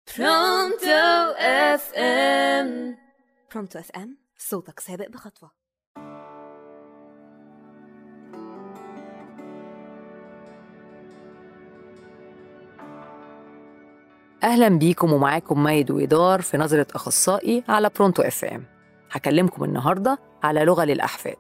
برونتو اف ام. برونتو اف ام، صوتك سابق بخطوة. أهلا بيكم ومعاكم مايد وإدار في نظرة أخصائي على برونتو اف ام. هكلمكم النهاردة على لغة للأحفاد،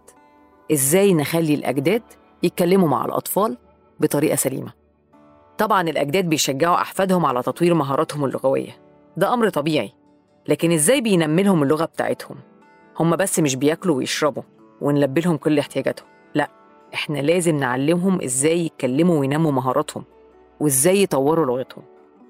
إزاي نخلي الأجداد يتكلموا مع الأطفال بطريقة سليمة. طبعاً الأجداد بيشجعوا أحفادهم على تطوير مهاراتهم اللغوية، ده أمر طبيعي، لكن إزاي بينملهم اللغة بتاعتهم؟ هم بس مش بياكلوا ويشربوا ونلبي لهم كل احتياجاتهم، لأ، إحنا لازم نعلمهم إزاي يتكلموا وينموا مهاراتهم وإزاي يطوروا لغتهم.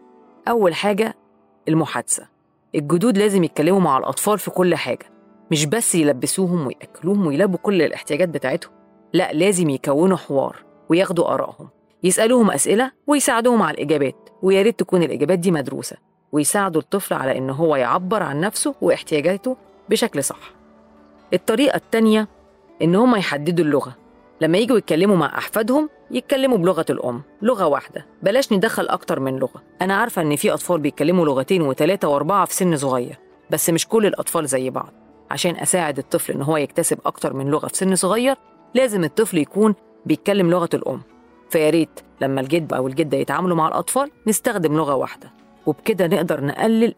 أول حاجة المحادثة. الجدود لازم يتكلموا مع الأطفال في كل حاجة، مش بس يلبسوهم ويأكلوهم ويلبوا كل الاحتياجات بتاعتهم، لأ، لازم يكونوا حوار وياخدوا آرائهم، يسألوهم أسئلة ويساعدوهم على الإجابات، ويا ريت تكون الإجابات دي مدروسة، ويساعدوا الطفل على إن هو يعبر عن نفسه واحتياجاته بشكل صح. الطريقة التانية إن هم يحددوا اللغة. لما يجوا يتكلموا مع أحفادهم يتكلموا بلغة الأم، لغة واحدة، بلاش ندخل أكتر من لغة. أنا عارفة إن في أطفال بيتكلموا لغتين وثلاثة وأربعة في سن صغير، بس مش كل الأطفال زي بعض. عشان أساعد الطفل إن هو يكتسب أكتر من لغة في سن صغير، لازم الطفل يكون بيتكلم لغة الأم. فياريت لما الجد أو الجدة يتعاملوا مع الأطفال نستخدم لغة واحدة، وبكده نقدر نقلل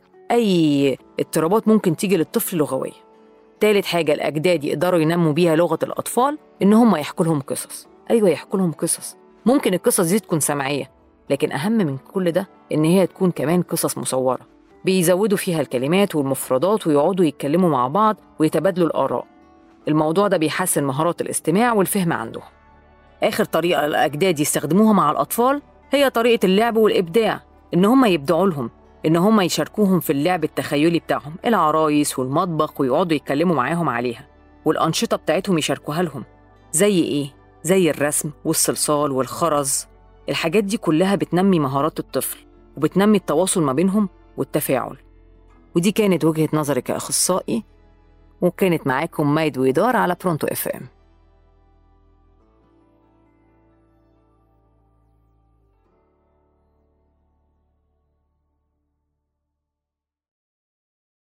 أي اضطرابات ممكن تيجي للطفل لغوية. تالت حاجة الأجداد يقدروا ينموا بيها لغة الأطفال إن هم يحكوا لهم قصص. أيوة، يحكوا لهم قصص. ممكن القصص دي تكون سمعية، لكن أهم من كل ده إن هي تكون كمان قصص مصورة، بيزودوا فيها الكلمات والمفردات ويقعدوا يتكلموا مع بعض ويتبادلوا الآراء. الموضوع ده بيحسن مهارات الاستماع والفهم عندهم. آخر طريقة الأجداد يستخدموها مع الأطفال هي طريقة اللعب والإبداع، إن هم يبدعوا لهم، إن هم يشاركوهم في اللعب التخيلي بتاعهم، العرايس والمطبخ، ويقعدوا يتكلموا معاهم عليها، والأنشطة بتاعتهم يشاركوها لهم. زي إيه؟ زي الرسم والصلصال والخرز. الحاجات دي كلها بتنمي مهارات الطفل وبتنمي التواصل ما بينهم والتفاعل. ودي كانت وجهة نظري كأخصائي، وكانت معاكم مايد وإدار على برونتو اف ام.